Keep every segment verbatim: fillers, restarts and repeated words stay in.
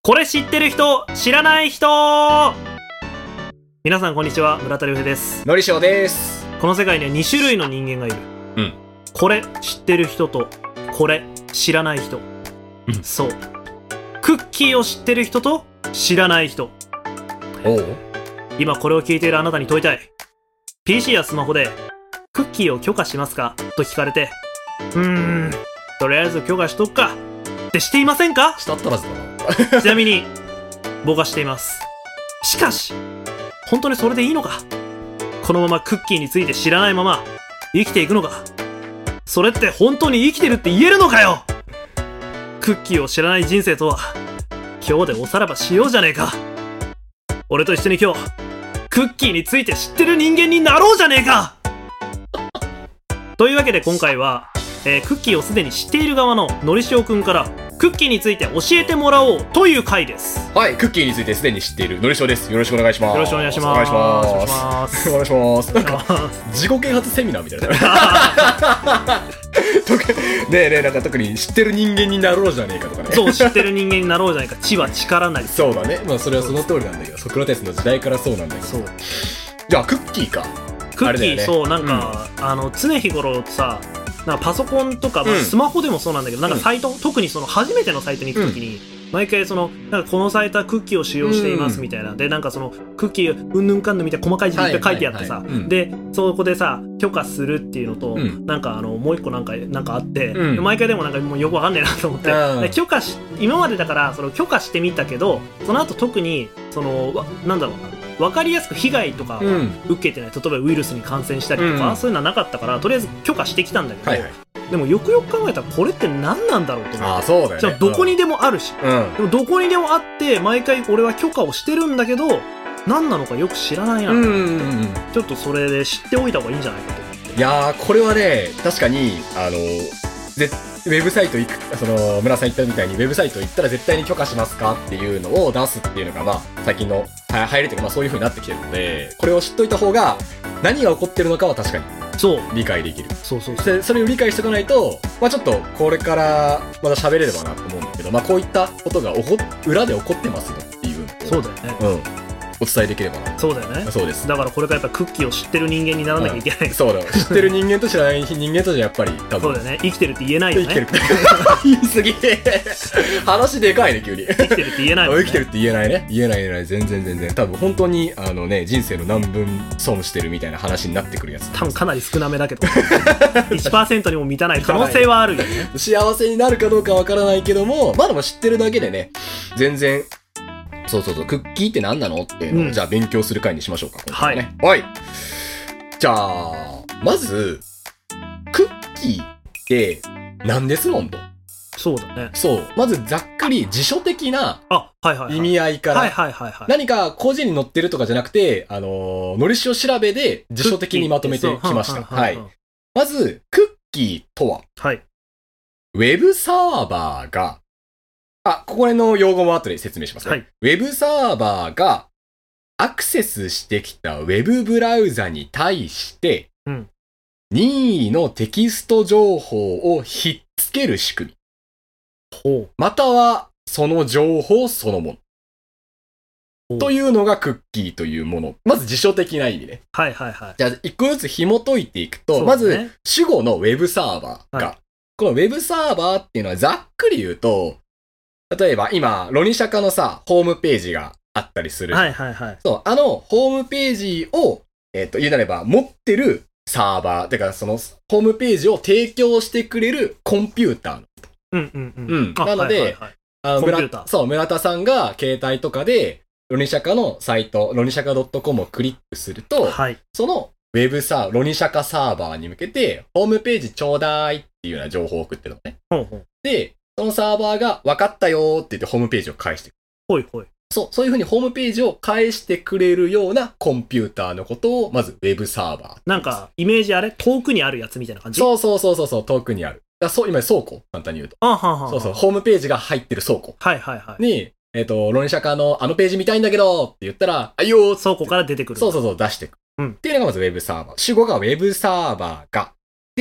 これ知ってる人知らない人。皆さんこんにちは、村田亮平です。 のりしおです。 この世界にはに種類の人間がいる。 うん。 これ知ってる人とこれ知らない人、 うん、 そう、クッキーを知ってる人と知らない人。 おう。 今これを聞いているあなたに問いたい。 ピーシー やスマホでクッキーを許可しますかと聞かれて、うーんとりあえず許可しとくかってしていませんか？ したったらずだなちなみに僕はしています。しかし本当にそれでいいのか？このままクッキーについて知らないまま生きていくのか？それって本当に生きてるって言えるのかよ。クッキーを知らない人生とは今日でおさらばしようじゃねえか。俺と一緒に今日クッキーについて知ってる人間になろうじゃねえかというわけで今回は、えー、クッキーをすでに知っている側ののりしおくんからクッキーについて教えてもらおうという回です。 はい、クッキーについてすでに知っているのりしおです。よろしくお願いします。 よろしくお願いします。お願いします。 お願いします。なんか自己啓発セミナーみたいなねえねえ、なんか特に知ってる人間になろうじゃねえかとかね。 そう、知ってる人間になろうじゃねえか。知は力なり。 そうだね。まあそれはその通りなんだけど、ソクラテスの時代からそうなんだけど。そう。じゃあクッキーか。 クッキー、ね、そうなんか、うん、あの常日頃さ、なんかパソコンとか、まあ、スマホでもそうなんだけど、うん、なんかサイト、特にその初めてのサイトに行くときに、うん、毎回そのなんかこのサイトはクッキーを使用していますみたいな、うん、でなんかそのクッキーうんぬんかんぬんみたいな細かい字でいっぱい書いてあってさ、はいはいはい、でそこでさ許可するっていうのと、うん、なんかあのもう一個なんかなんかあって、うん、毎回でもなんかもうよくわかんねえなと思って、うん、許可し今までだからその許可してみたけど、その後特にそのなんだろうな。分かりやすく被害とかは受けてない、うん、例えばウイルスに感染したりとか、うん、そういうのはなかったからとりあえず許可してきたんだけど、はいはい、でもよくよく考えたらこれって何なんだろうと思って。 あ、そうだよね。 じゃあどこにでもあるし、うん、でもどこにでもあって毎回俺は許可をしてるんだけど何なのかよく知らないな、うんうんうん、ちょっとそれで知っておいた方がいいんじゃないかと思って。 いやーこれはね確かにあのぜウェブサイト行く、その村さん言ったみたいにウェブサイト行ったら絶対に許可しますかっていうのを出すっていうのがまあ最近の入りというかまあそういう風になってきてるので、これを知っといた方が何が起こってるのかは確かにそう理解できる。 そうそうそう。 それを理解しておかないと、まあちょっとこれからまた喋れればなと思うんだけど、まあこういったことが起こ裏で起こってますよっていうのをそうだよね。うん。 お伝えできればな。 そうだよね。 そうです。 だからこれからやっぱクッキーを知ってる人間にならなきゃいけない、うん、 そうだ。知ってる人間と知らない人間とじゃやっぱり多分そうだよね。生きてるって言えないよね。 生きてるって言い過ぎ話でかいね急に。 生きてるって言えないもんね。 生きてるって言えないね。言えない言えない全然全然多分本当にあのね人生の何分損してるみたいな話になってくるやつ。 多分かなり少なめだけどいちパーセント にも満たない可能性はあるよね。 幸せになるかどうかわからないけども、まあでも知ってるだけでね全然。そうそうそう、クッキーって何なのっていうのを、うん、じゃあ勉強する回にしましょうか。 はい。 はい。じゃあ、まず、クッキーって何ですのんと。 そうだね。 そう。まずざっくり辞書的な意味合いから、何か個人に載ってるとかじゃなくて、あのー、のりしお調べで辞書的にまとめてきました。はい。まず、クッキーとは、 はい、 ウェブサーバーが、あ、ここの用語も後で説明しますね、はい。ウェブサーバーがアクセスしてきたウェブブラウザに対して、うん、任意のテキスト情報をひっつける仕組み。ほう。またはその情報そのもの。というのがクッキーというもの。まず辞書的な意味ね。 はいはいはい。 じゃあ一個ずつ紐解いていくと、ね、まず主語のウェブサーバーが、はい、このウェブサーバーっていうのはざっくり言うと、例えば今、ロニシャカのさ、ホームページがあったりする。 はいはいはい。 そう、あの、ホームページを、えっと、言うなれば、持ってるサーバー、てかその、ホームページを提供してくれるコンピューターの。 うんうんうん。 うん。なので、はいはいはい、あの、村、そう、村田さんが携帯とかで、ロニシャカのサイト、ロニシャカ .com をクリックすると、はい、その、ウェブサー、ロニシャカサーバーに向けて、ホームページちょうだいっていうような情報を送ってるのね。ほうほう。で、そのサーバーが分かったよーって言ってホームページを返してくる。 ほいほい。 そう、そういう風にホームページを返してくれるようなコンピューターのことを、まずウェブサーバー。 なんか、イメージあれ遠くにあるやつみたいな感じ？ そうそうそうそう、遠くにある。だそう、今倉庫簡単に言うと。 あははは。 そうそう、ホームページが入ってる倉庫。 はいはいはい。 に、えっと、ロニシャカのあのページ見たいんだけどって言ったら、あいよー倉庫から出てくる。 そうそうそう、出してくる。うん。っていうのがまずウェブサーバー。主語がウェブサーバーが。で、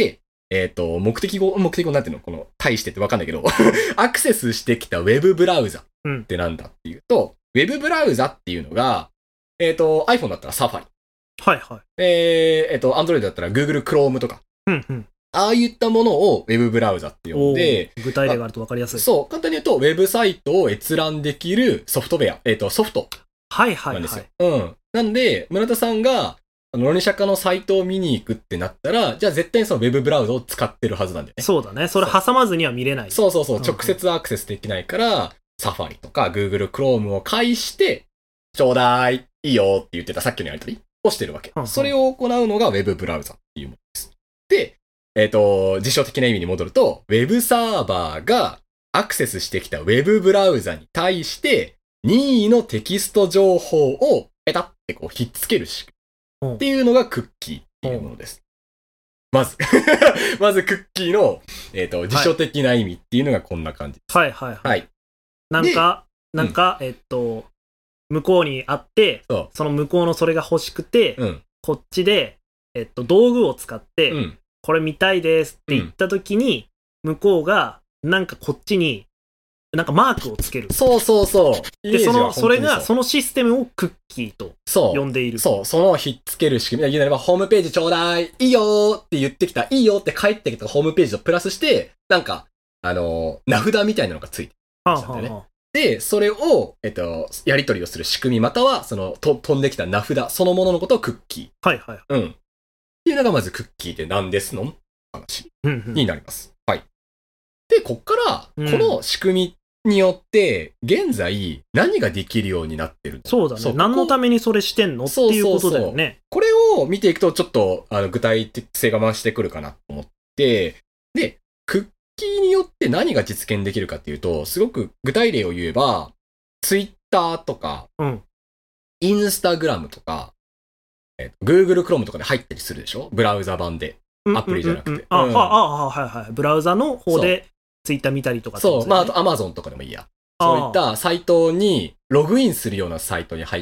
えっ、ー、と、目的語、目的語なんていうのこの、対してってわかんないけど、アクセスしてきたウェブブラウザってなんだっていうと、うん、ウェブブラウザっていうのが、えっ、ー、と、iPhone だったら Safari。 はいはい。 えー、えっ、ー、と、Android だったら Google Chrome とか。 うんうん。 ああいったものをウェブブラウザって呼んで、 具体例があると分かりやすい。 そう、簡単に言うと、ウェブサイトを閲覧できるソフトウェア、えっ、ー、と、ソフトはいはいはい。 なんですよ。うん。なんで、村田さんが、あの、ロニシャカのサイトを見に行くってなったら、じゃあ絶対にそのウェブブラウザを使ってるはずなんだよね。 そうだね。それ挟まずには見れない。 そうそうそう。直接アクセスできないから、サファリとか Google Chrome を介して、ちょうだい、いいよって言ってたさっきのやりとりをしてるわけ。うんうん、それを行うのがウェブブラウザっていうものです。で、えっ、ー、と、辞書的な意味に戻ると、ウェブサーバーがアクセスしてきたウェブブラウザに対して、任意のテキスト情報をペタってこうひっつける仕組みっていうのがクッキーっていうものです。まず、まずクッキーの、えっ、ー、と、辞書的な意味っていうのがこんな感じです。 はいはいはい。 はい。 なんか、なんか、うん、えっと、向こうにあって、そ, その向こうのそれが欲しくて、うん、こっちで、えっと、道具を使って、うん、これ見たいですって言った時に、うん、向こうが、なんかこっちに、なんかマークをつける。 そうそうそう。 で、その、それが、そのシステムをクッキーと呼んでいる。 そう、そう、そのひっつける仕組み。言うなれば、ホームページちょうだい、いいよーって言ってきた、いいよって帰ってきたホームページとプラスして、なんか、あのー、名札みたいなのがついてるんだよね。はあはあはあ、で、それを、えっと、やり取りをする仕組み、または、その、と、飛んできた名札、そのもののことをクッキー。 はいはい。 うん。っていうのがまずクッキーって何ですの話になります。うんうん、はい。で、こっから、この仕組みによって、現在、何ができるようになってるの？ そうだね。何のためにそれしてんのっていうことだよね。そうそうそう。 これを見ていくと、ちょっと、あの、具体的性が増してくるかなと思って、で、クッキーによって何が実現できるかっていうと、すごく具体例を言えば、ツイッターとか、うん、インスタグラムとか、えー、Google Chrome とかで入ったりするでしょ？ブラウザ版で。アプリじゃなくて。うんうんうん、あ、 うん、あ、あ、はいはい。ブラウザの方でツイッター見たりとか、ね、 そう。まあ、あと Amazon とかでもいいや。そういったサイトにログインするようなサイトに入って、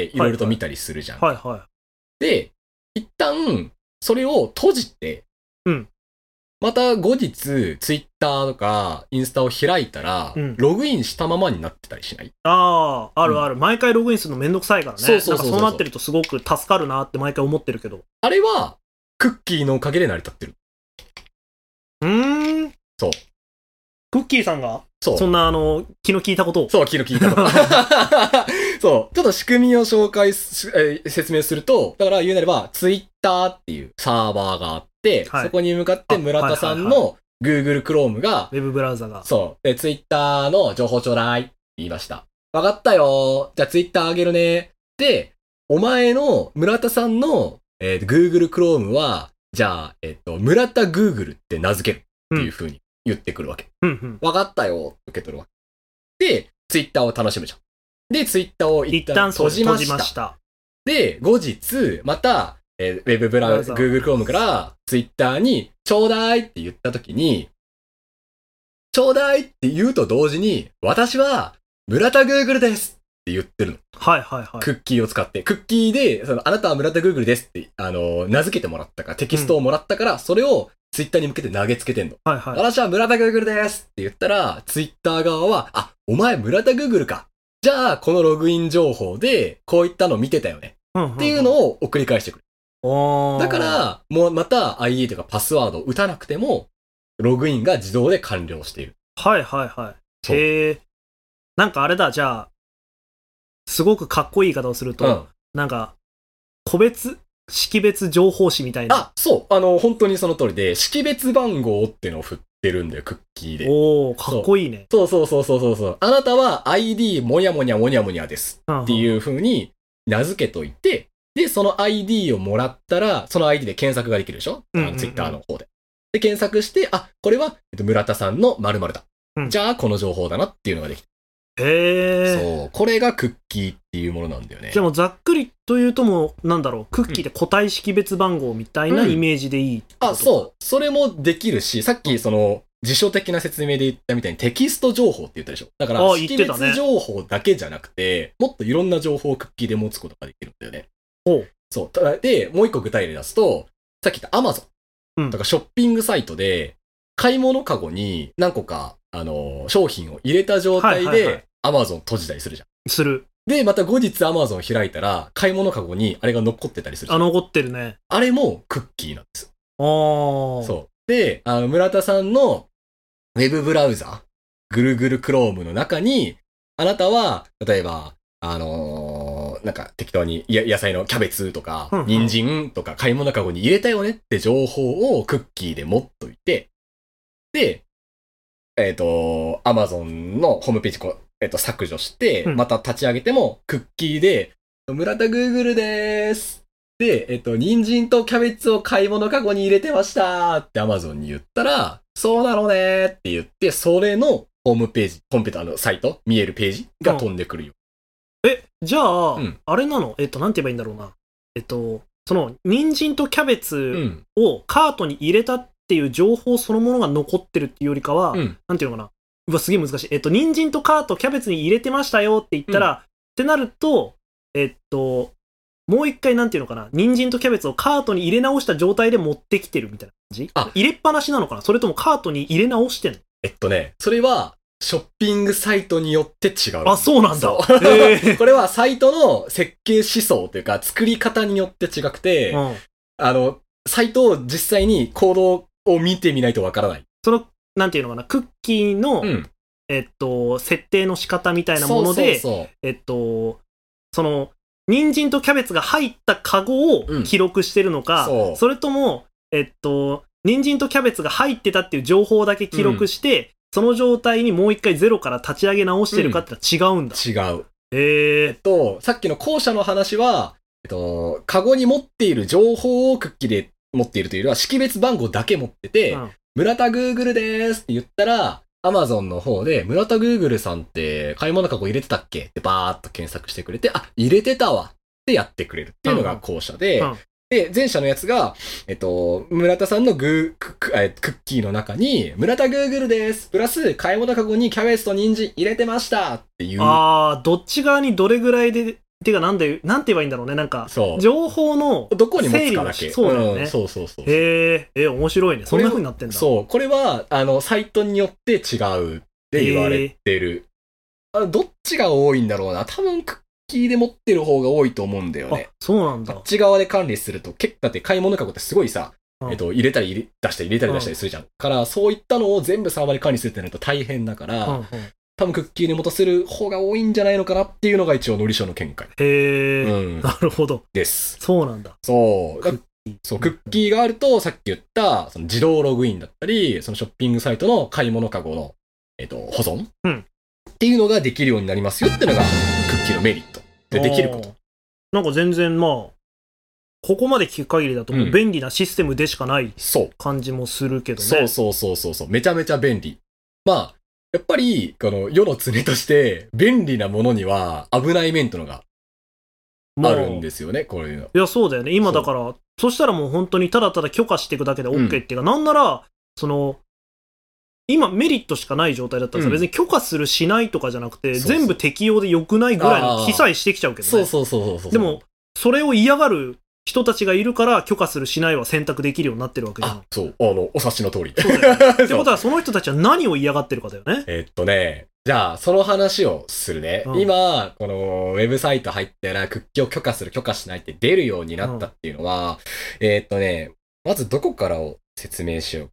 いろいろと見たりするじゃん。 はいはい。 で、一旦、それを閉じて、うん。また後日、ツイッターとか、インスタを開いたら、うん、ログインしたままになってたりしない？ ああ、あるある、うん。毎回ログインするのめんどくさいからね。そうそうそうそう。なんかそうなってるとすごく助かるなって毎回思ってるけど。 あれは、クッキーのおかげで成り立ってる。 うーん。そう。クッキーさんがそう。そんな、あの、気の利いたことを。 そう、気の利いたこと。そう。ちょっと仕組みを紹介す、えー、説明すると、だから言うなれば、ツイッターっていうサーバーがあって、はい、そこに向かって村田さんの Google Chrome が、 ウェブブラウザが。 そう。で、ツイッターの情報ちょうだいって言いました。わかったよ。じゃあツイッターあげるね。で、お前の村田さんの、えー、Google Chrome は、じゃあ、えっと、村田 Google って名付けるっていう風に言ってくるわけ。うんうん、わかったよ。受け取るわけ。で、ツイッターを楽しむじゃん。で、ツイッターを一旦閉じました。閉じました。で、後日、また、えー、ウェブブラウザ、Google Chrome からツイッターに、ちょうだいって言ったときに、ちょうだいって言うと同時に、私は、村田 Google ですって言ってるの。 はいはいはい。 クッキーを使って。クッキーで、その、あなたは村田 Google ですって、あの、名付けてもらったから、テキストをもらったから、うん、それをツイッターに向けて投げつけてんの。はいはい。私は村田 Google ですって言ったら、ツイッター側は、あ、お前村田 Google か。じゃあ、このログイン情報で、こういったの見てたよね。うんうんうん、っていうのを送り返してくる。だから、もうまた アイディー とかパスワードを打たなくても、ログインが自動で完了している。 はいはいはい。へえ。なんかあれだ、じゃあ、すごくかっこいい言い方をすると、うん、なんか、個別、識別情報誌みたいな。 あ、そう。あの、本当にその通りで、識別番号ってのを振ってるんだよ、クッキーで。 おー、かっこいいね。 そうそうそうそうそうそう。あなたは アイディー もにゃもにゃもにゃもにゃです。っていう風に名付けといて、で、その アイディー をもらったら、その アイディー で検索ができるでしょ、うんうんうん、ツイッターの方で。で、検索して、あ、これは、えっと、村田さんの〇〇だ。うん、じゃあ、この情報だなっていうのができる。 へー。 そう。これがクッキーっていうものなんだよね。 でもざっくりというともう、なんだろう、クッキーで個体識別番号みたいなイメージでいい、うん、 あ、そう。それもできるし、さっきその、辞書的な説明で言ったみたいにテキスト情報って言ったでしょ。だから、識別情報だけじゃなくて、もっといろんな情報をクッキーで持つことができるんだよね。 ほう。 そう。で、もう一個具体例出すと、さっき言った Amazon。 うん、 とかショッピングサイトで、買い物カゴに何個か、あのー、商品を入れた状態で、Amazon 閉じたりするじゃん。 する。 で、また後日 Amazon 開いたら、買い物カゴにあれが残ってたりするじゃん。 あ、残ってるね。 あれもクッキーなんです。 あー。 そう。で、あの、村田さんのウェブブラウザ、Google Chrome の中に、あなたは、例えば、あのー、なんか適当にや野菜のキャベツとか、 うんうん、 人参とか買い物カゴに入れたよねって情報をクッキーで持っといて、で、えっ、ー、と、Amazon のホームページこう、えっ、ー、と、削除して、また立ち上げても、クッキーで、村田 Google でーす。で、えっ、ー、と、人参とキャベツを買い物カゴに入れてましたって Amazon に言ったら、そうなのねーって言って、それのホームページ、ホームページ、あの、サイト、見えるページが飛んでくるよ。 うん、え、じゃあ、 うん、 あれなのえっ、ー、と、なんて言えばいいんだろうな。えっ、ー、と、その、人参とキャベツをカートに入れたっていう情報そのものが残ってるっていうよりかは、うん、なんていうのかな。うわ、すげえ難しい。えっと、人参とカート、キャベツに入れてましたよって言ったら、うん、ってなると、えっと、もう一回なんていうのかな。人参とキャベツをカートに入れ直した状態で持ってきてるみたいな感じ？あ、入れっぱなしなのかな？それともカートに入れ直してんの？ えっとね、それは、ショッピングサイトによって違う。 あ、そうなんだ。 へーこれはサイトの設計思想というか、作り方によって違くて、うん、あの、サイトを実際にコードを見てみないとわからない。 その、なんていうのかな、クッキーの、うん、えっと、設定の仕方みたいなもので、そうそうそうえっと、その、人参とキャベツが入ったカゴを記録してるのか、うん、そ, それとも、えっと、人参とキャベツが入ってたっていう情報だけ記録して、うん、その状態にもう一回ゼロから立ち上げ直してるかってのは違うんだ。 うん、違う。 へー。 えっと、さっきの後者の話は、えっと、カゴに持っている情報をクッキーで持っているというよりは、識別番号だけ持ってて、うん、村田 Google でーすって言ったら、Amazon の方で、村田 Google さんって買い物カゴ入れてたっけってバーっと検索してくれて、あ、入れてたわってやってくれるっていうのが後者で、うんうん、で、前者のやつが、えっと、村田さんのグーククッキーの中に、村田 Google です。プラス、買い物カゴにキャベツと人参入れてましたっていう。 あー、どっち側にどれぐらいで、てかなんで、なんて言えばいいんだろうね。なんか、情報のどこに持つかだけ。 そうだよね、 うん。そうそうそう。 へえ、え、面白いね。そんな風になってんだ。 そう。これは、あの、サイトによって違うって言われてる。あ、どっちが多いんだろうな。多分、クッキーで持ってる方が多いと思うんだよね。 あ、そうなんだ。 あっち側で管理すると、結構だって買い物カゴってすごいさ、うん、えっと、入れたり入れ出したり入れたり出したりするじゃん。うん、から、そういったのを全部サーバーで管理するってなると大変だから、うんうん、多分クッキーに持たせる方が多いんじゃないのかなっていうのが一応のりしおの見解。 へー、うん。なるほど。 です。 そうなんだ。 そう。クッキー。そう、クッキーがあると、さっき言った、その自動ログインだったり、そのショッピングサイトの買い物カゴの、えっと、保存、うん、っていうのができるようになりますよっていうのが、クッキーのメリット。で、できること。 なんか全然まあ、ここまで聞く限りだともう便利なシステムでしかない感じもするけどね。 そうそうそうそうそう。めちゃめちゃ便利。まあ、やっぱり、この世の常として、便利なものには危ない面というのがあるんですよね、まあ、こういうの。 いや、そうだよね。今だから、そしたらもう本当にただただ許可していくだけで OK っていうか、うん、なんなら、その、今メリットしかない状態だったらさ、うん、別に許可するしないとかじゃなくて、そうそう全部適用で良くないぐらいの記載してきちゃうけどね。 そうそうそうそう。 でも、それを嫌がる人たちがいるから許可するしないは選択できるようになってるわけじゃん。 あ、そう。あの、お察しの通り。 そうだよね。ってことはその人たちは何を嫌がってるかだよね。 えー、っとね、じゃあ、その話をするね。うん、今、このウェブサイト入ったらクッキーを許可する許可しないって出るようになったっていうのは、うん、えー、っとね、まずどこからを説明しよう。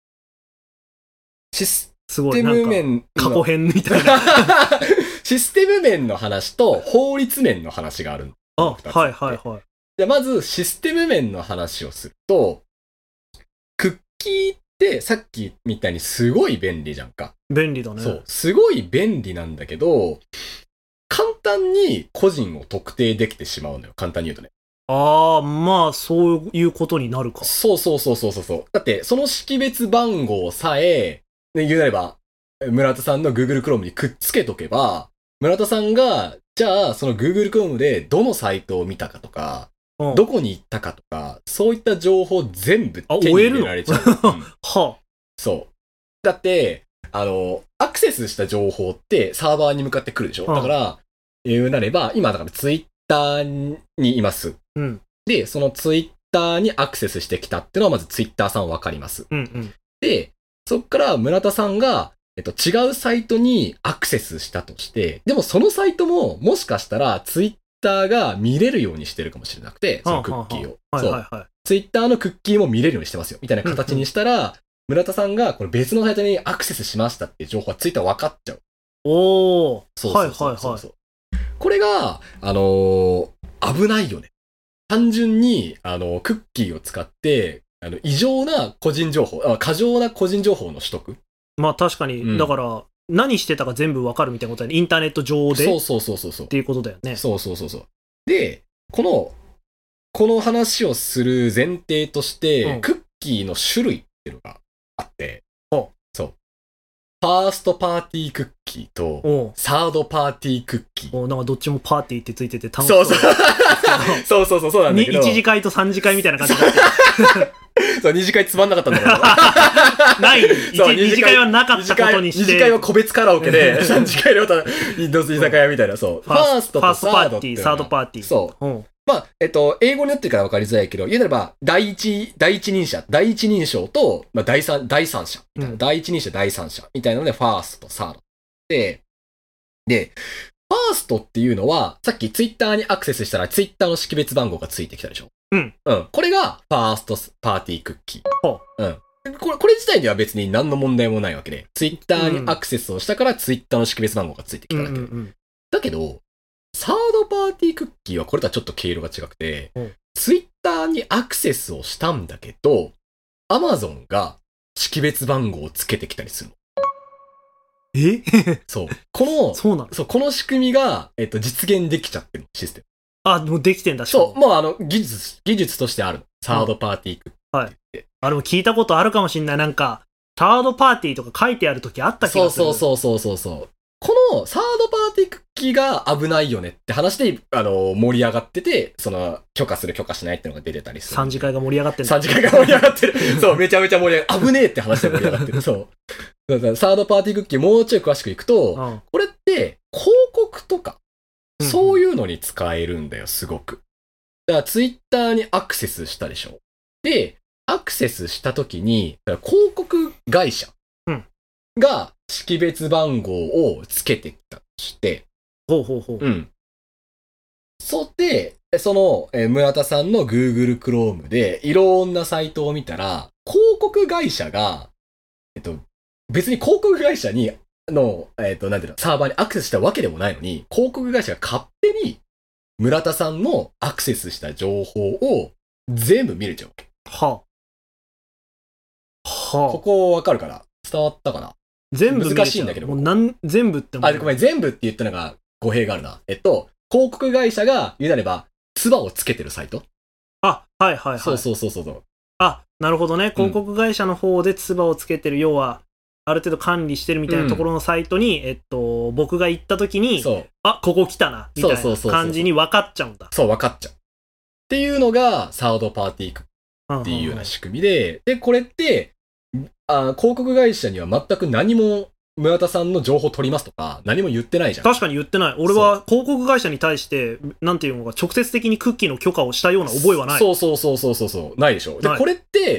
シスすごい、なんか、過去編みたいな。 システム面の話と法律面の話がある。 あ、はいはいはい。 じゃあまずシステム面の話をすると、クッキーってさっきみたいにすごい便利じゃんか。 便利だね。 そう。すごい便利なんだけど、簡単に個人を特定できてしまうのよ。簡単に言うとね。 ああ、まあ、そういうことになるか。 そうそうそうそうそう。だって、その識別番号さえ、ね、言うなれば、村田さんの Google Chrome にくっつけとけば、村田さんが、じゃあ、その Google Chrome でどのサイトを見たかとか、うん、どこに行ったかとか、そういった情報全部手に入れられちゃう。うん、 はあ、 そう。だって、あの、アクセスした情報ってサーバーに向かってくるでしょ、うん、だから、言うなれば、今だから Twitter にいます。 うん、 で、その Twitter ターにアクセスしてきたっていうのはまずツイッターさんわかります。 うんうん。 で、そっから村田さんが、えっと、違うサイトにアクセスしたとして、でもそのサイトももしかしたらツイッターが見れるようにしてるかもしれなくて、そのクッキーを。 はいはいはい。 ツイッターのクッキーも見れるようにしてますよ。みたいな形にしたら、うんうん、村田さんがこの別のサイトにアクセスしましたっていう情報はツイッター分かっちゃう。 おー。 そうそうそうそう、はいはいはい。これが、あのー、危ないよね。単純に、あの、クッキーを使って、あの、異常な個人情報、あ、過剰な個人情報の取得。 まあ確かに、うん、だから、何してたか全部わかるみたいなことだよね。インターネット上で。 そうそうそうそうそう。 っていうことだよね。 そうそうそうそう。で、この、この話をする前提として、うん、クッキーの種類っていうのがあって、 そう。 ファーストパーティークッキーと、サードパーティークッキー。 おなんかどっちもパーティーってついてて楽しそう。 そうそう。そうそうそう、そうなんだけど。 いち次会とさん次会みたいな感じになってそう、二次会つまんなかったんだけど。 ない。二次会はなかったことにして。 二次会は個別カラオケで、三次会でまた、どつ居酒屋みたいな、そう。ファーストとサードっていうのが。ファーストパーティー、サードパーティー。そう。うん、まあ、えっと、英語になってるから分かりづらいけど、言うなれば、第一、第一人者、第一人称と、まあ、第三、第三者。うん、第一人者、第三者。みたいなので、ファーストとサード。で、で、ファーストっていうのは、さっきツイッターにアクセスしたら、ツイッターの識別番号がついてきたでしょ。 うん。 うん。これが、ファーストパーティークッキー。ほう。うん。これ、これ自体には別に何の問題もないわけで、ツイッターにアクセスをしたから、ツイッターの識別番号がついてきただけ。うんうんうん、だけど、サードパーティークッキーはこれとはちょっと毛色が違くて、うん、ツイッターにアクセスをしたんだけど、アマゾンが識別番号をつけてきたりするの。 えそう。この、 そうなの？ そう、この仕組みが、えっと、実現できちゃってるシステム。 あ、もうできてんだし。 そう、もうあの、技術、技術としてある。サードパーティークッキー。 はい。あれも聞いたことあるかもしんない。なんか、サードパーティーとか書いてあるときあった気がする。 そうそうそうそうそう。このサードパーティークッキーが危ないよねって話で、あの、盛り上がってて、その、許可する許可しないってのが出てたりする。 三次会が盛り上がってる。 三次会が盛り上がってる。そう、めちゃめちゃ盛り上がってる。危ねえって話で盛り上がってる。そう。だからサードパーティークッキーもうちょい詳しくいくと、うん、これって広告とか、そういうのに使えるんだよ、すごく。だからツイッターにアクセスしたでしょ。で、アクセスしたときに、広告会社が識別番号をつけてきたとして、 ほうほうほう。 うん。そで、その、えー、村田さんの Google Chrome でいろんなサイトを見たら、広告会社が、えっと、別に広告会社に、の、えっと、なんていうの、サーバーにアクセスしたわけでもないのに、広告会社が勝手に村田さんのアクセスした情報を全部見れちゃうわけ。 はあ。はあ。 ここわかるかな？伝わったかな？ 全部難しいんだけど。 もうなん全部ってもあ、ごめん、全部って言ったのが語弊があるな。えっと、広告会社が言うなれば、唾をつけてるサイト。 あ、はいはいはい。 そうそうそうそう。 あ、なるほどね。広告会社の方で唾をつけてる、うん、要は、ある程度管理してるみたいなところのサイトに、うん、えっと、僕が行った時に、あ、ここ来たな、みたいな感じに分かっちゃうんだ。 そう、分かっちゃう。っていうのが、サードパーティークっていうような仕組みで、で、これって、あ、広告会社には全く何も、村田さんの情報取りますとか、何も言ってないじゃん。 確かに言ってない。俺は広告会社に対して、なんていうのか、直接的にクッキーの許可をしたような覚えはない。 そうそうそうそうそうそう。ないでしょ。で、これって、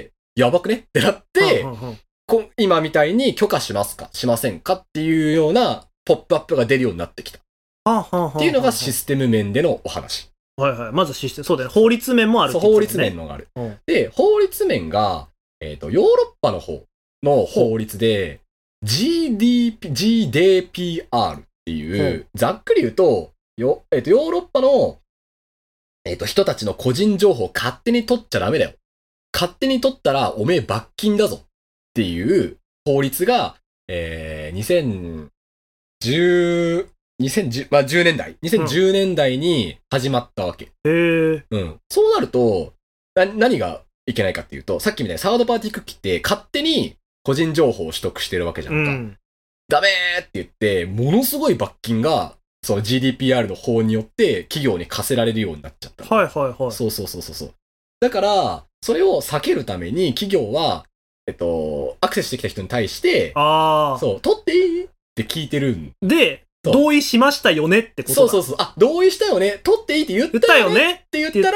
やばくねってなって、はんはんはんこ今みたいに許可しますかしませんかっていうようなポップアップが出るようになってきた。 はんはんはんはんっていうのがシステム面でのお話。 はいはい。まずシステム。そうだよね。法律面もあるって言ってたね。そう、法律面のがある。うん、で、法律面が、えっと、ヨーロッパの方の法律で、ジーディーピー、ジーディーピーアール っていう、ざっくり言うと、よ、えっと、ヨーロッパの、えっと、人たちの個人情報を勝手に取っちゃダメだよ。勝手に取ったら、おめえ罰金だぞ。っていう法律が、えー、にせんじゅう、にせんじゅう、まあ、じゅうねんだい、にせんじゅうねんだいに始まったわけ。 へー。 うん。そうなると、な、何がいけないかっていうと、さっきみたいにサードパーティークッキーって勝手に個人情報を取得してるわけじゃんか。うん、ダメーって言って、ものすごい罰金が、その ジーディーピーアール の法によって企業に課せられるようになっちゃった。 はいはいはい。 そうそうそうそう。だから、それを避けるために企業は、えっと、アクセスしてきた人に対して、 ああ。 そう、取っていいって聞いてるんで、同意しましたよねってことだ。 そうそうそう。あ、同意したよね。取っていいって言ったよねって言ったら、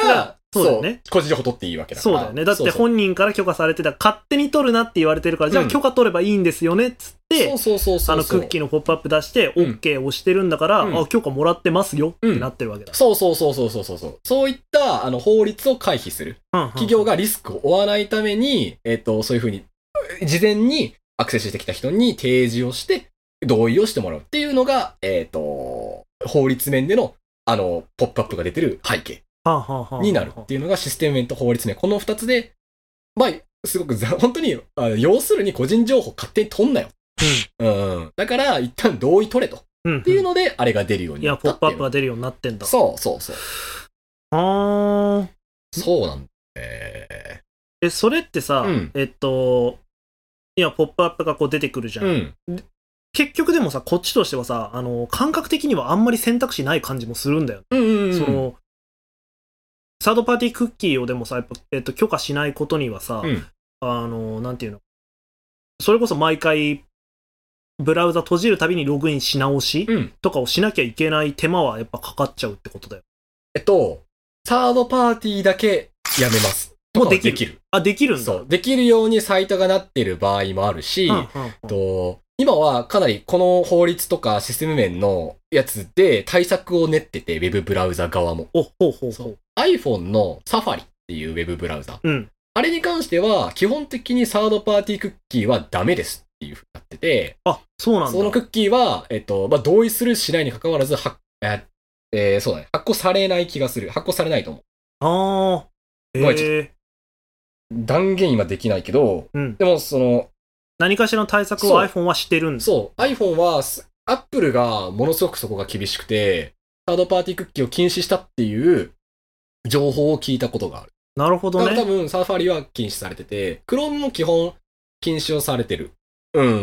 そうだよね。 個人情報取っていいわけだから。 そうだよね。だって本人から許可されてた、勝手に取るなって言われてるから、じゃあ許可取ればいいんですよねっつって、 そうそうそうそう。 あのクッキーのポップアップ出して、OK を押してるんだから、あ、許可もらってますよってなってるわけだ。 そうそうそうそうそうそう。そういったあの法律を回避する。企業がリスクを負わないために、えっと、そういうふうに、事前にアクセスしてきた人に提示をして、同意をしてもらうっていうのが、えっと、法律面での、あの、ポップアップが出てる背景になるっていうのがシステム面と法律面。この二つで、まあ、すごく本当に、あ要するに個人情報勝手に取んなよ。うん。うん、だから、一旦同意取れと。うんうん、っていうので、あれが出るようになったっていう。いや、 ポップアップが出るようになってんだ。 そうそうそう。 あー。 そうなんだ。えー、え、それってさ、うん、えっと、いや、ポップアップがこう出てくるじゃん。うん、結局でもさ、こっちとしてはさ、あの、感覚的にはあんまり選択肢ない感じもするんだよ。うんうんうん、その、サードパーティークッキーをでもさ、やっぱ、えっと、許可しないことにはさ、うん、あの、なんていうの、それこそ毎回、ブラウザ閉じるたびにログインし直しとかをしなきゃいけない手間はやっぱかかっちゃうってことだよ。 えっと、サードパーティーだけやめます。 もうできる。できる。あ、できるんだ。 そう。できるようにサイトがなってる場合もあるし、うんうんうん、と今はかなりこの法律とかシステム面のやつで対策を練ってて、ウェブブラウザ側も。 お、ほうほうほう。 iPhone の Safari っていうウェブブラウザ。 うん。 あれに関しては、基本的にサードパーティークッキーはダメですっていう風になってて。 あ、そうなんだ。 そのクッキーは、えっと、まあ、同意するしないに関わらず、は、ええー、そうだね。発行されない気がする。発行されないと思う。 ああ。えー、 断言今できないけど、うん、でもその、 何かしらの対策を iPhone はしてるんだ。 そう。iPhone は、Apple がものすごくそこが厳しくて、サードパーティークッキーを禁止したっていう情報を聞いたことがある。 なるほどね。 だから多分、サーファリは禁止されてて、Chrome も基本禁止をされてる。うんうんうん。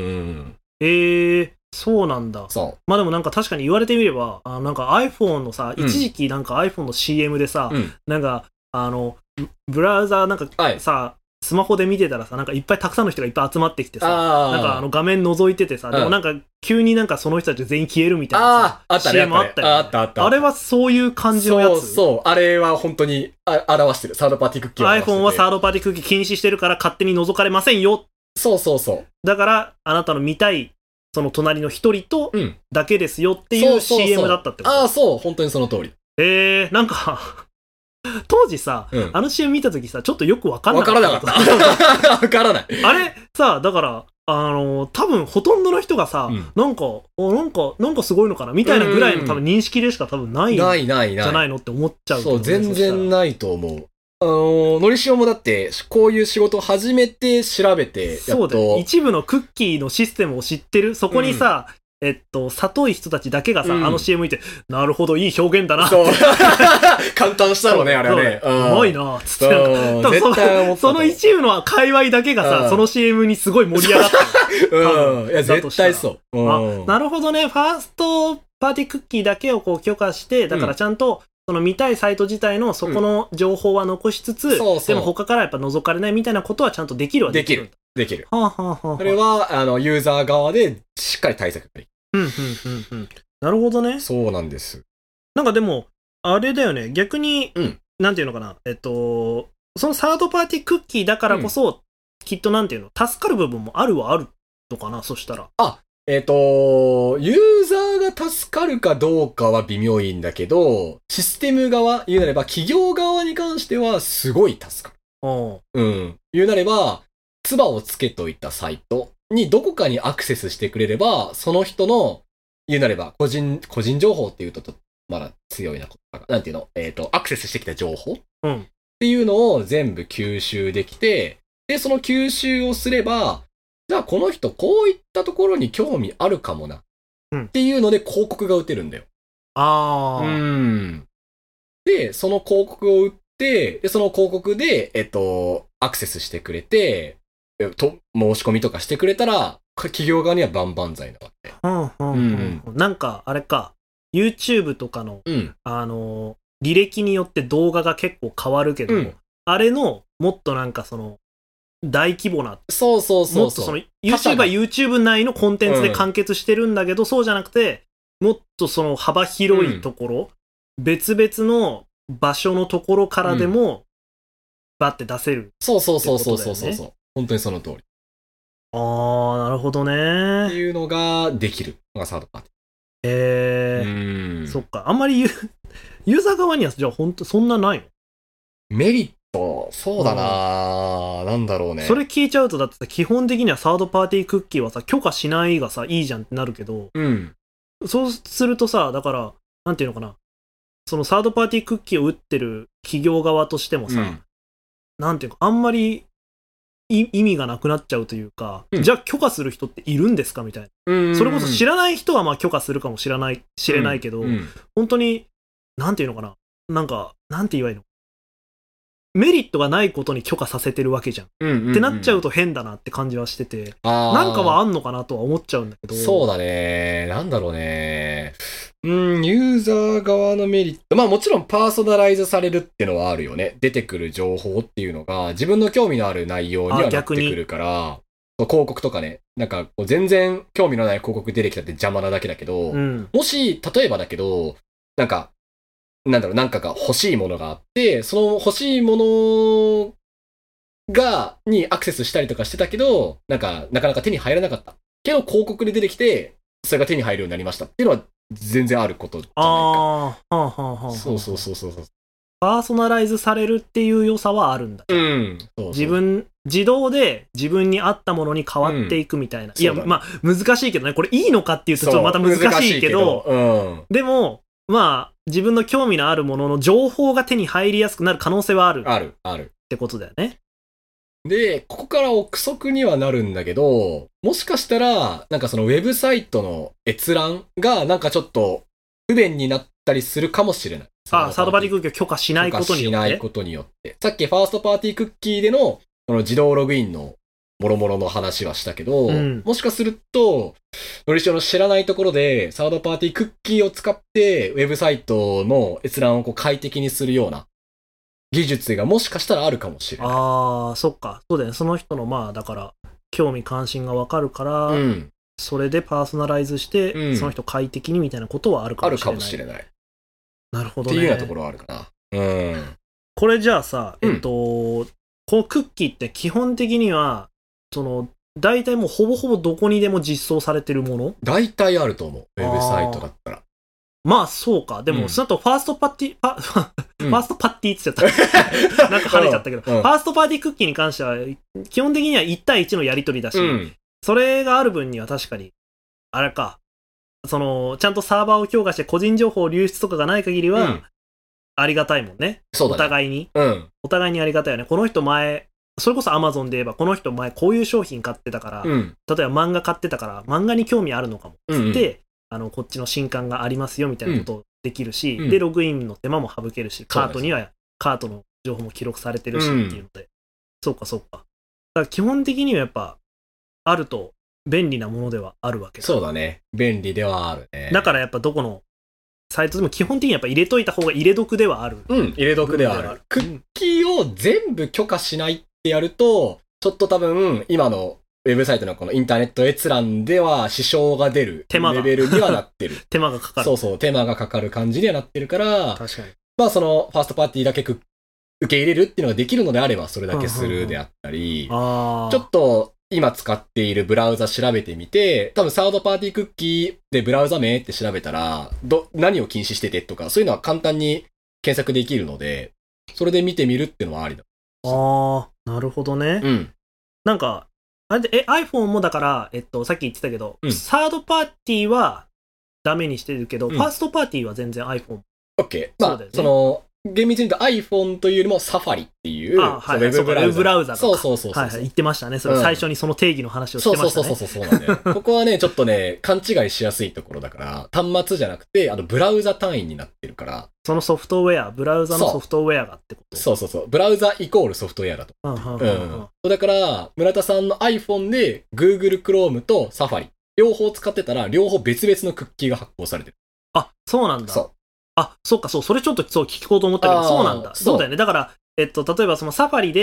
えー、そうなんだ。 そう。 まあでもなんか確かに言われてみれば、あのなんか iPhone のさ、うん、一時期なんか iPhone の シーエム でさ、うん、なんか、あの、ブラウザーなんかさ、はい、スマホで見てたらさ、なんかいっぱいたくさんの人がいっぱい集まってきてさ、なんかあの画面覗いててさ、でもなんか急になんかその人たち全員消えるみたいなさ、シーエム あったよね。 あったあった。 あれはそういう感じのやつ。 そうそう。あれは本当にあ表してる。サードパーティークッキーを表してる。 iPhone はサードパーティークッキー禁止してるから勝手に覗かれませんよ。 そうそうそう。 だからあなたの見たいその隣の一人とだけですよっていう シーエム だったってこと。 ああ、そう。本当にその通り。 えー、なんか当時さ、うん、あの シーエム 見たときさ、ちょっとよくわかんなかった。 わからなかった。わからない。 あれさ、だから、あの、多分ほとんどの人がさ、うん、なんか、なんか、なんかすごいのかなみたいなぐらいの多分認識でしか多分ないんじゃないのって思っちゃう、ね。 そう、全然ないと思う。あの、のりしおもだって、こういう仕事を始めて調べてやっと、 そうだよ。一部のクッキーのシステムを知ってる。そこにさ、うんえっと、里い人たちだけがさ、うん、あの シーエム 見て、なるほど、いい表現だなって。そう。 簡単したろうね、あれはね。 うまいなつって。多分その、その一部の界隈だけがさ、その シーエム にすごい盛り上がった。 うん。いや、絶対そう。 あ、なるほどね。ファーストパーティークッキーだけをこう許可して、だからちゃんと、その見たいサイト自体のそこの情報は残しつつ、うん、そうそうでも他からやっぱ覗かれないみたいなことはちゃんとできるわけできる。できる。 はあ、はあはあはあ、 それは、あの、ユーザー側でしっかり対策ができる。 うん、うん、うん、うん。なるほどね。 そうなんです。 なんかでも、あれだよね。逆に、うん、なんていうのかな。えっと、そのサードパーティークッキーだからこそ、うん、きっとなんていうの、助かる部分もあるはあるのかな、そしたら。 あ、えっと、ユーザーが助かるかどうかは微妙いんだけど、システム側、言うなれば企業側に関してはすごい助かる。うん。言うなれば、唾をつけといたサイトにどこかにアクセスしてくれれば、その人の、言うなれば、個人、個人情報っていうと、まだ強いなことか。なんていうのえっと、アクセスしてきた情報、うん、っていうのを全部吸収できて、で、その吸収をすれば、じゃあこの人こういったところに興味あるかもな。うん、っていうので広告が打てるんだよ。 ああ。 うん。で、その広告を打って、で、その広告で、えっと、アクセスしてくれて、と、申し込みとかしてくれたら、企業側には万々歳なわけ。 うんうんうん、なんか、あれか、YouTube とかの、うん、あの、履歴によって動画が結構変わるけど、うん、あれの、もっとなんかその、大規模な。 そうそうそうそう。 もっとその、YouTube は YouTube 内のコンテンツで完結してるんだけど、うん、そうじゃなくて、もっとその幅広いところ、うん、別々の場所のところからでも、うん、バッて出せる、ね。 そうそうそうそうそうそう。本当にその通り。 あー、なるほどね。 っていうのができるのがサードパーティー。 えー、うん。そっか。あんまりユーザー側にはじゃあ本当そんなないの？ メリット、そうだな、うん、なんだろうね。 それ聞いちゃうとだってさ、基本的にはサードパーティークッキーはさ、許可しないがさ、いいじゃんってなるけど、 うん。 そうするとさ、だから、なんていうのかな。そのサードパーティークッキーを売ってる企業側としてもさ、うん、なんていうか、あんまり意味がなくなっちゃうというか、うん、じゃあ許可する人っているんですかみたいな。うんうんうん、それこそ知らない人はまあ許可するかもしれない、知れないけど、うんうん、本当に、なんていうのかな。なんか、なんて言えばいいの？メリットがないことに許可させてるわけじゃん。うんうんうん、ってなっちゃうと変だなって感じはしてて、なんかはあんのかなとは思っちゃうんだけど。 そうだね。なんだろうね。うん、ユーザー側のメリット。まあもちろんパーソナライズされるってのはあるよね。出てくる情報っていうのが自分の興味のある内容にはなってくるから、広告とかね、なんかこう全然興味のない広告出てきたって邪魔なだけだけど、うん、もし、例えばだけど、なんか、なんだろう、なんかが欲しいものがあって、その欲しいものが、にアクセスしたりとかしてたけど、なんか、なかなか手に入らなかった。けど広告で出てきて、それが手に入るようになりましたっていうのは全然あることじゃないか。ああ、はあはあはあ。そうそうそうそう。 パーソナライズされるっていう良さはあるんだ。うん。そうそう、自分、自動で自分に合ったものに変わっていくみたいな。うん、いや、まあ、難しいけどね。これいいのかっていうとちょっとまた難しいけど、けどうん、でも、まあ、自分の興味のあるものの情報が手に入りやすくなる可能性はある。 ある、ある。 ってことだよね。 で、ここから憶測にはなるんだけど、もしかしたら、なんかそのウェブサイトの閲覧がなんかちょっと不便になったりするかもしれない。 ああ、サードパーティークッキーを許可しないことによって。許可しないことによって。さっきファーストパーティークッキーでの、この自動ログインのもろもろの話はしたけど、うん、もしかすると、のりしおの知らないところで、サードパーティークッキーを使って、ウェブサイトの閲覧をこう快適にするような技術がもしかしたらあるかもしれない。 ああ、そっか。そうだよね。その人の、まあ、だから、興味関心がわかるから、うん、それでパーソナライズして、うん、その人快適にみたいなことはあるかもしれない。あるかもしれない。なるほどね。 っていうようなところはあるかな。うん。 これじゃあさ、えっと、うん、このクッキーって基本的には、その、大体もうほぼほぼどこにでも実装されてるもの？ 大体あると思う。ウェブサイトだったら。 まあそうか。でも、うん、その後ファーストパッティ、パ、ファーストパッティって言っちゃった。なんか跳ねちゃったけど、うん、ファーストパーティークッキーに関しては、基本的にはいち対いちのやり取りだし、うん、それがある分には確かに、あれか、その、ちゃんとサーバーを強化して個人情報流出とかがない限りは、うん、ありがたいもんね。そうだね。お互いに、うん。お互いにありがたいよね。この人前、それこそ Amazon で言えば、この人前こういう商品買ってたから、うん、例えば漫画買ってたから、漫画に興味あるのかも。つって、うんうん、あの、こっちの新刊がありますよみたいなことをできるし、うん、で、ログインの手間も省けるし、カートにはカートの情報も記録されてるしっていうので、うん、そうかそうか。だから基本的にはやっぱ、あると便利なものではあるわけだ。 そうだね。便利ではあるね。 だからやっぱどこのサイトでも基本的にやっぱ入れといた方が入れ得ではある。 うん、入れ得ではある。クッキーを全部許可しないってやると、ちょっと多分、今のウェブサイトのこのインターネット閲覧では支障が出るレベルにはなってる。 手間がかかる。 そうそう、手間がかかる感じにはなってるから、 確かに。 まあその、ファーストパーティーだけ受け入れるっていうのができるのであれば、それだけするであったり、あちょっと今使っているブラウザ調べてみて、多分サードパーティークッキーでブラウザ名って調べたら、ど、何を禁止しててとか、そういうのは簡単に検索できるので、それで見てみるっていうのはありだ。 ああ、なるほどね。うん。なんか、あれで、え、iPhone もだから、えっと、さっき言ってたけど、うん、サードパーティーはダメにしてるけど、うん、ファーストパーティーは全然 iPhone。 OK。まあ、そうだよね。その、厳密に言うと iPhone というよりも Safari っていう、 あ、はい、ウェブブラウザ。ウェブブラウザとか。 そうそうそうそう。 はい、はい、言ってましたね。それ、うん、最初にその定義の話をしてましたね。 そうそうそうそうそうなんだよ。ここはね、ちょっとね、勘違いしやすいところだから、端末じゃなくて、あの、ブラウザ単位になってるから。 そのソフトウェア、ブラウザのソフトウェアがってことそうそうそう。ブラウザイコールソフトウェアだと。うんうんうんうん、だから、村田さんの iPhone で Google Chrome と Safari 両方使ってたら、両方別々のクッキーが発行されてる。 あ、そうなんだ。そう。あ、そっか、そう、それちょっとそう聞こうと思ったけど、そうなんだ。そうだよね。だから、えっと、例えばそのサファリで、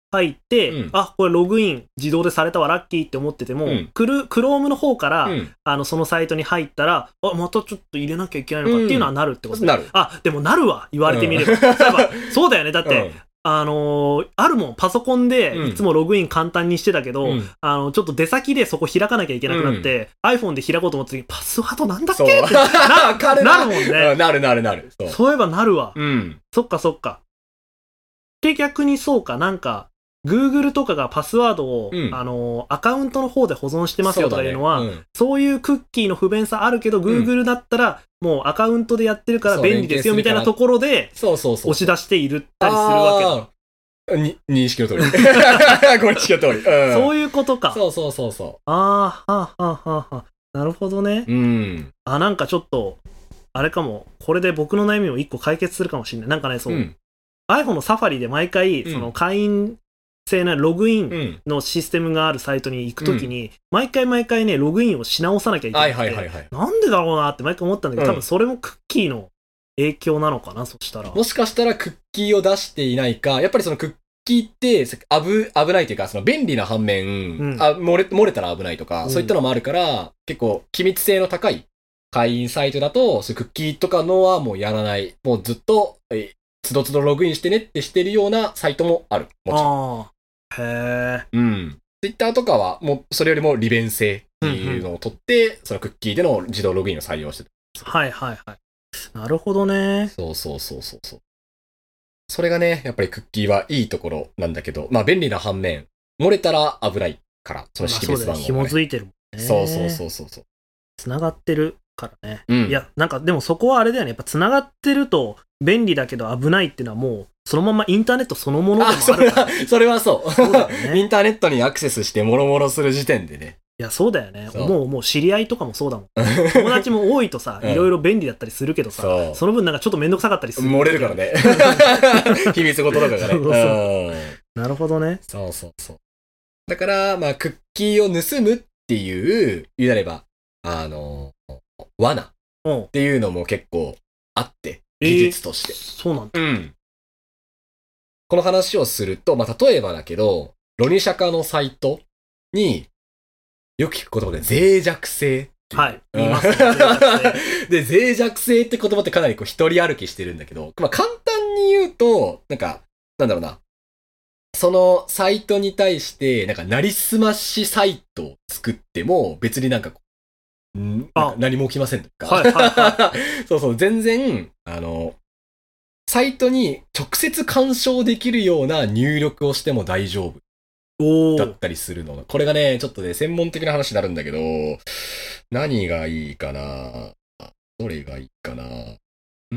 入って、 うん、 あ、これログイン自動でされたわ、ラッキーって思ってても、うん、クル、クロームの方から、うん、あの、そのサイトに入ったら、あ、またちょっと入れなきゃいけないのかっていうのはなるってこと、 うん、なる。 あ、でもなるわ、言われてみれば。うん、そうだよね。だって、うん、あのー、あるもん、パソコンでいつもログイン簡単にしてたけど、うん、あの、ちょっと出先でそこ開かなきゃいけなくなって、うん、iPhone で開こうと思った時に、パスワードなんだっけってな, なるもんね。 なるなるなる。 そう、そういえばなるわ。 うん。 そっかそっか。で、逆にそうか、なんか、Google とかがパスワードを、うん、あの、アカウントの方で保存してますよとかいうのは、そうだね、うん、そういうクッキーの不便さあるけど、Google だったら、もうアカウントでやってるから便利ですよみたいなところで、 そうそうそう。 押し出しているったりするわけだ。に認識の通り。ご認識の通り、うん。 そういうことか。 そうそうそうそう。 ああ、はあ、はあ、はあ。なるほどね。 うん。 あ、なんかちょっと、あれかも、これで僕の悩みを一個解決するかもしれない。なんかね、そう、うん、iPhone のサファリで毎回、その会員制なログインのシステムがあるサイトに行くときに、うん、毎回毎回ね、ログインをし直さなきゃいけない。 はいはいはいはい。 なんでだろうなって毎回思ったんだけど、うん、多分それもクッキーの影響なのかな、そしたら。 もしかしたらクッキーを出していないか、やっぱりそのクッキーって危、危ないというか、その便利な反面、うん、あ漏れ、漏れたら危ないとか、うん、そういったのもあるから、結構機密性の高い会員サイトだと、そういうクッキーとかのはもうやらない。もうずっと、えつどつどログインしてねってしてるようなサイトもある。もちろん。 ああ。へえ。 うん。Twitter とかは、もう、それよりも利便性っていうのを取って、うんうん、そのクッキーでの自動ログインを採用してる。 はいはいはい。なるほどね。 そうそうそうそうそう。それがね、やっぱりクッキーはいいところなんだけど、まあ便利な反面、漏れたら危ないから、その識別番号が、ね。 紐づいてるもんね。 そうそうそうそうそう。 繋がってるからね。 うん。 いや、なんかでもそこはあれだよね。やっぱ繋がってると便利だけど危ないっていうのはもう、そのままインターネットそのものでもあるから、ね。 それは、それはそう。 そうだよね。 インターネットにアクセスしてもろもろする時点でね。 いや、そうだよね。もう、もう知り合いとかもそうだもん。友達も多いとさ、いろいろ便利だったりするけどさ、うん、その分なんかちょっとめんどくさかったりする。 漏れるからね。秘密事とかがね。そうそうそうなるほどね。 そうそうそう。だから、まあ、クッキーを盗むっていう、言うなれば、あの、罠っていうのも結構あって、技術として。 えー、そうなんだ。 うん。この話をすると、まあ、例えばだけど、ロニシャカのサイトによく聞く言葉で脆弱性。 はい。言いますね。 で、脆弱性って言葉ってかなりこう一人歩きしてるんだけど、まあ、簡単に言うと、なんか、なんだろうな。そのサイトに対して、なんか、なりすましサイトを作っても、別になんか、んなんか何も起きませんとか。 はいはいはい。 そうそう、全然、あの、サイトに直接干渉できるような入力をしても大丈夫。だったりするの。これがね、ちょっとね、専門的な話になるんだけど、何がいいかな？どれがいいかな？うー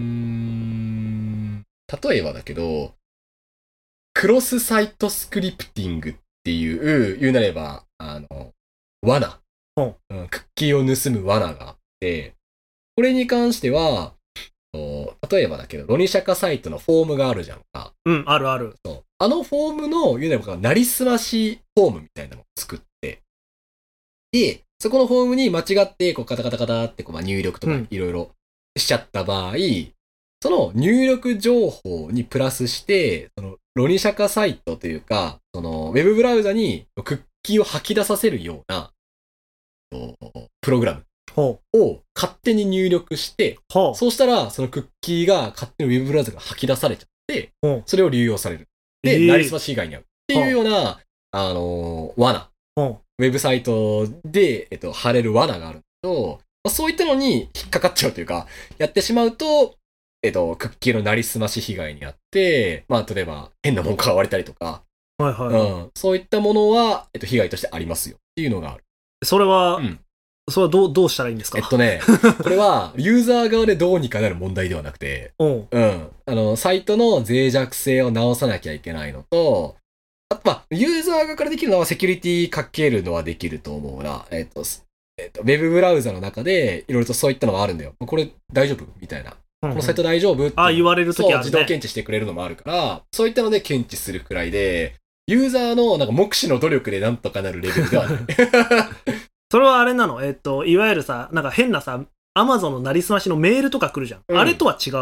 ん。例えばだけど、クロスサイトスクリプティングっていう、言うなれば、あの、罠。 うん、 クッキーを盗む罠があって、これに関しては、例えばだけど、ロニシャカサイトのフォームがあるじゃんか。 うん、あるある。 そうあのフォームの、言うなれば、なりすましフォームみたいなのを作って、で、そこのフォームに間違って、こう、カタカタカタってこう、まあ、入力とかいろいろしちゃった場合、うん、その入力情報にプラスして、その、ロニシャカサイトというか、その、ウェブブラウザにクッキーを吐き出させるような、プログラムを勝手に入力して、そうしたら、そのクッキーが勝手にウェブブラウザが吐き出されちゃって、それを流用される。で、えー、なりすまし被害に遭う。っていうような、あのー、罠。ウェブサイトで、えっと、貼れる罠があると、まあ、そういったのに引っかかっちゃうというか、やってしまうと、えっと、クッキーのなりすまし被害に遭って、まあ、例えば、変なもん買われたりとか、 はいはい、 うん、そういったものは、えっと、被害としてありますよっていうのがある。 それは、 うん、 それはどう、どうしたらいいんですか？ えっとね、これは、ユーザー側でどうにかなる問題ではなくて、 うん。 うん。あの、サイトの脆弱性を直さなきゃいけないのと、あと、まあ、ユーザー側からできるのはセキュリティかけるのはできると思うな。えっと、えっと、ウェブブラウザの中で、いろいろとそういったのがあるんだよ。これ大丈夫みたいな。このサイト大丈夫って。 あ、言われるときあるね。 そう、自動検知してくれるのもあるから、そういったので検知するくらいで、ユーザーのなんか目視の努力でなんとかなるレベルではない。 それはあれなの？えっと、いわゆるさ、なんか変なさ、アマゾンのなりすましのメールとか来るじゃん。うん、あれとは違う。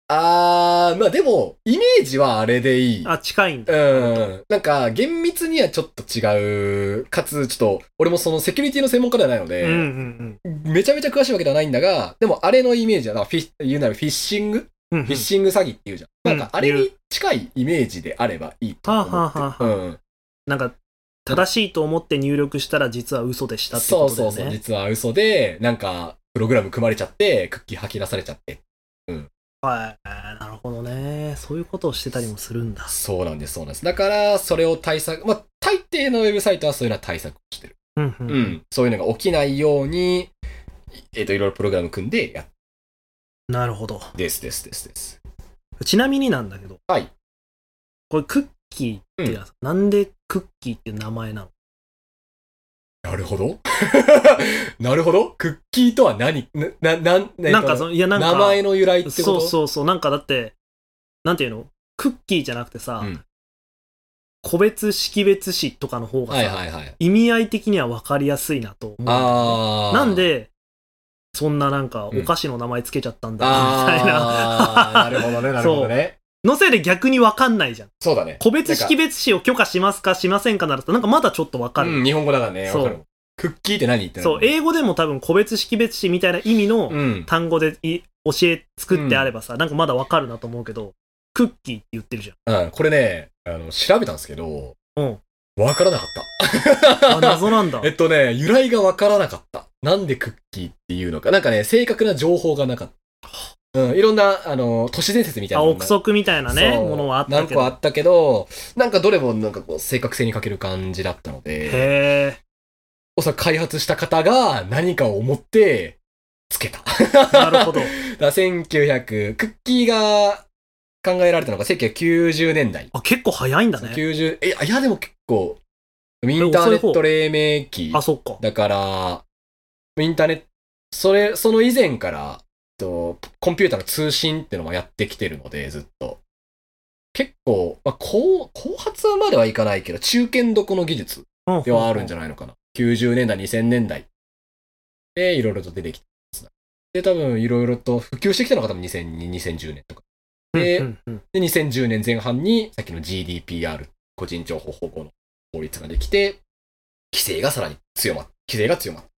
あー、まあでも、イメージはあれでいい。 あ、近いんだ。 うん。なんか、厳密にはちょっと違う。かつ、ちょっと、俺もそのセキュリティの専門家ではないので、 うんうんうん。 めちゃめちゃ詳しいわけではないんだが、でもあれのイメージは、なんかフィッ言うならフィッシング、 うんうん、 フィッシング詐欺っていうじゃん。 うん、 なんか、あれに近いイメージであればいいと思って。 はあはあはあはあ、 うん。 なんか、正しいと思って入力したら実は嘘でしたってことだよね。 そうそうそう、実は嘘で、なんか、プログラム組まれちゃって、クッキー吐き出されちゃって。うん。 はい、なるほどね。そういうことをしてたりもするんだ。 そうなんです、そうなんです。だから、それを対策、まあ、大抵のウェブサイトはそういうのは対策をしてる。 うんうん。 うん。そういうのが起きないように、えっと、いろいろプログラム組んでやっなるほど。 ですですですです。 ちなみになんだけど。 はい。 これ、クッキーってやつ、うん、なんでクッキーっていう名前なの？ なるほど。なるほど。クッキーとは何な、な、な、 なんかその、いやなんか、 名前の由来ってこと？ そうそうそう。なんかだって、なんていうの？クッキーじゃなくてさ、うん、個別識別詞とかの方がさ、はいはいはい、意味合い的には分かりやすいなと思うんだよね。あなんで、そんななんかお菓子の名前つけちゃったんだ、うん、みたいな。 なるほどね、なるほどね。 のせいで逆に分かんないじゃん。 そうだね。 個別識別詞を許可しますかしませんかなると、なんかまだちょっと分かる。 うん、日本語だからね。そう。クッキーって何ってそう、英語でも多分個別識別詞みたいな意味の単語でい、うん、教え作ってあればさ、なんかまだ分かるなと思うけど、クッキーって言ってるじゃん。 うん、これね、あの、調べたんですけど、うん。分からなかった。あ、謎なんだ。 えっとね、由来が分からなかった。なんでクッキーっていうのか。なんかね、正確な情報がなかった。うん、いろんな、あの、都市伝説みたいな。 あ、憶測みたいなね、ものはあったけど。 何個あったけど、なんかどれもなんかこう、正確性に欠ける感じだったので。 へー。 おそらく開発した方が何かを思って、つけた。 なるほど。 だせんきゅうひゃく、クッキーが考えられたのがせんきゅうひゃくきゅうじゅうねんだい。 あ、結構早いんだね。 きゅうじゅう、え、いやでも結構、インターネット黎明期。 あ、そっか。 だから、インターネット、それ、その以前から、とコンピューターの通信っていうのもやってきてるので、ずっと。結構、まあ、後、後発まではいかないけど、中堅どこの技術ではあるんじゃないのかな。きゅうじゅうねんだい、にせんねんだいで、いろいろと出てきてます。で、多分、いろいろと普及してきたのが多分にせんに、にせんじゅうねんとか。で、うんうんうん、で、にせんじゅうねんぜん半に、さっきの ジーディーピーアール、個人情報保護の法律ができて、規制がさらに強まった。規制が強まった。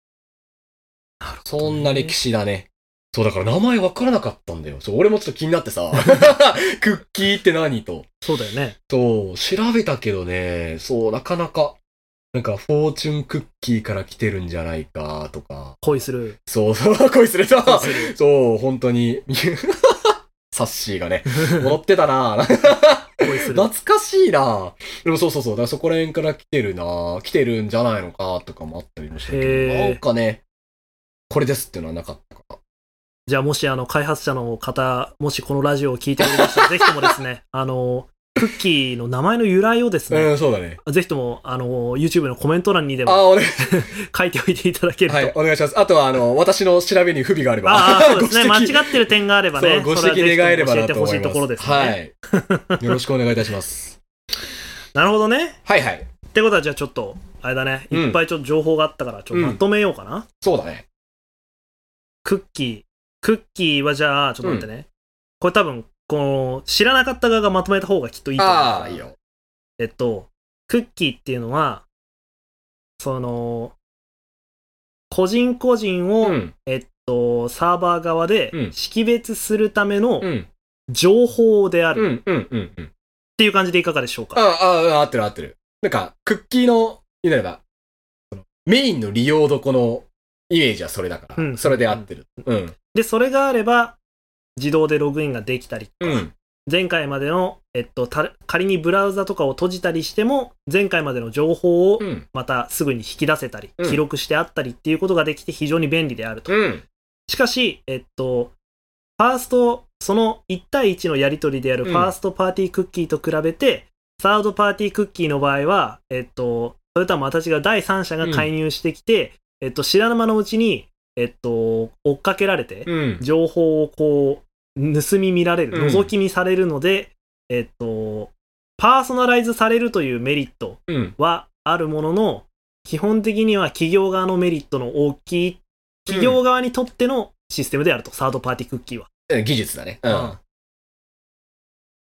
なるほどね。そんな歴史だね。そう、だから名前分からなかったんだよ。そう、俺もちょっと気になってさ、クッキーって何と。 そうだよね。 そう、調べたけどね、そう、なかなか、なんか、フォーチュンクッキーから来てるんじゃないか、とか。 恋する。 そうそう、恋すると。そう、本当に。サッシーがね、戻ってたな恋する。懐かしいなでもそうそうそう、だからそこら辺から来てるな来てるんじゃないのか、とかもあったりもしたけど、なんかね、これですっていうのはなかったから。 じゃあもしあの開発者の方、もしこのラジオを聞いておりましたら、ぜひともですね、あの、クッキーの名前の由来をですね、 うん、そうだね。 ぜひとも、あの、YouTube のコメント欄にでも、 あ、お願い書いておいていただけると。 はい、お願いします。あとは、あの、私の調べに不備があれば。 ああ、そうですね。間違ってる点があればね、 ご指摘願えればなと思います。 教えてほしいところですね。 はい。よろしくお願いいたします。 なるほどね。 はいはい。 ってことは、じゃあちょっと、あれだね、いっぱいちょっと情報があったから、ちょっとまとめようかな。うん、 そうだね。 クッキー。クッキーはじゃあ、ちょっと待ってね。うん、これ多分、この、知らなかった側がまとめた方がきっといいと思う。 ああ、いいよ。 えっと、クッキーっていうのは、その、個人個人を、うん、えっと、サーバー側で識別するための情報である。っていう感じでいかがでしょうか。 ああ、ああ、合ってる合ってる。なんか、クッキーの、言うなれば、メインの利用どこのイメージはそれだから、うん、それで合ってる。うん。 で、それがあれば、自動でログインができたりとか、うん、前回までの、えっと、仮にブラウザとかを閉じたりしても、前回までの情報をまたすぐに引き出せたり、うん、記録してあったりっていうことができて非常に便利であると。うん、しかし、えっと、ファースト、そのいち対いちのやり取りであるファーストパーティークッキーと比べて、うん、サードパーティークッキーの場合は、えっと、それとはまた違う第三者が介入してきて、うん、えっと、知らぬ間のうちに、えっと、追っかけられて、うん、情報をこう、盗み見られる、覗き見されるので、うん、えっと、パーソナライズされるというメリットはあるものの、うん、基本的には企業側のメリットの大きい、企業側にとってのシステムであると、うん、サードパーティークッキーは。 技術だね。うん。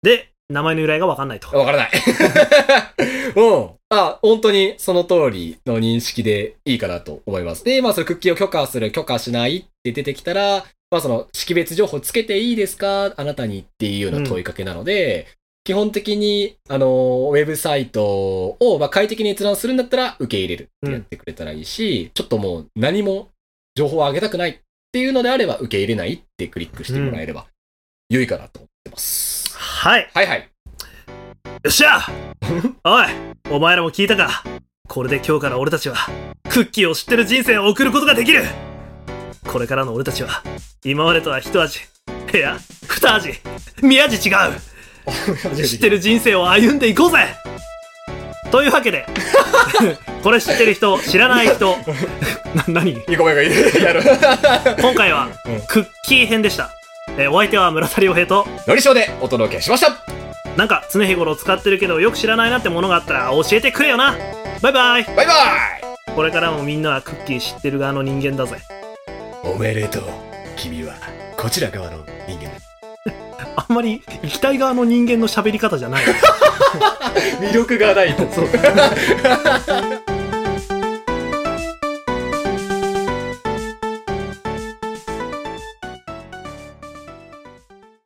で、名前の由来がわかんないと。 わからない。うん。あ、本当にその通りの認識でいいかなと思います。で、まあそれクッキーを許可する、許可しないって出てきたら、まあその識別情報つけていいですかあなたにっていうような問いかけなので、うん、基本的に、あの、ウェブサイトを、まあ、快適に閲覧するんだったら受け入れるってやってくれたらいいし、うん、ちょっともう何も情報を上げたくないっていうのであれば受け入れないってクリックしてもらえれば良いかなと思ってます。 うん、はい。 はいはい。よっしゃおい、お前らも聞いたか。これで今日から俺たちはクッキーを知ってる人生を送ることができる。これからの俺たちは今までとは一味、いや二味、三味違う知ってる人生を歩んでいこうぜ。というわけでこれ知ってる人知らない人な何いいごめんごめんやる今回は、うん、クッキー編でした。えー、お相手は村田亮平とのりしおでお届けしました。 なんか常日頃使ってるけどよく知らないなってものがあったら教えてくれよな。バイバイバイバイ。これからもみんなはクッキー知ってる側の人間だぜ。 おめでとう。君はこちら側の人間だ。 あんまり行きたい側の人間の喋り方じゃない魅力がないとそう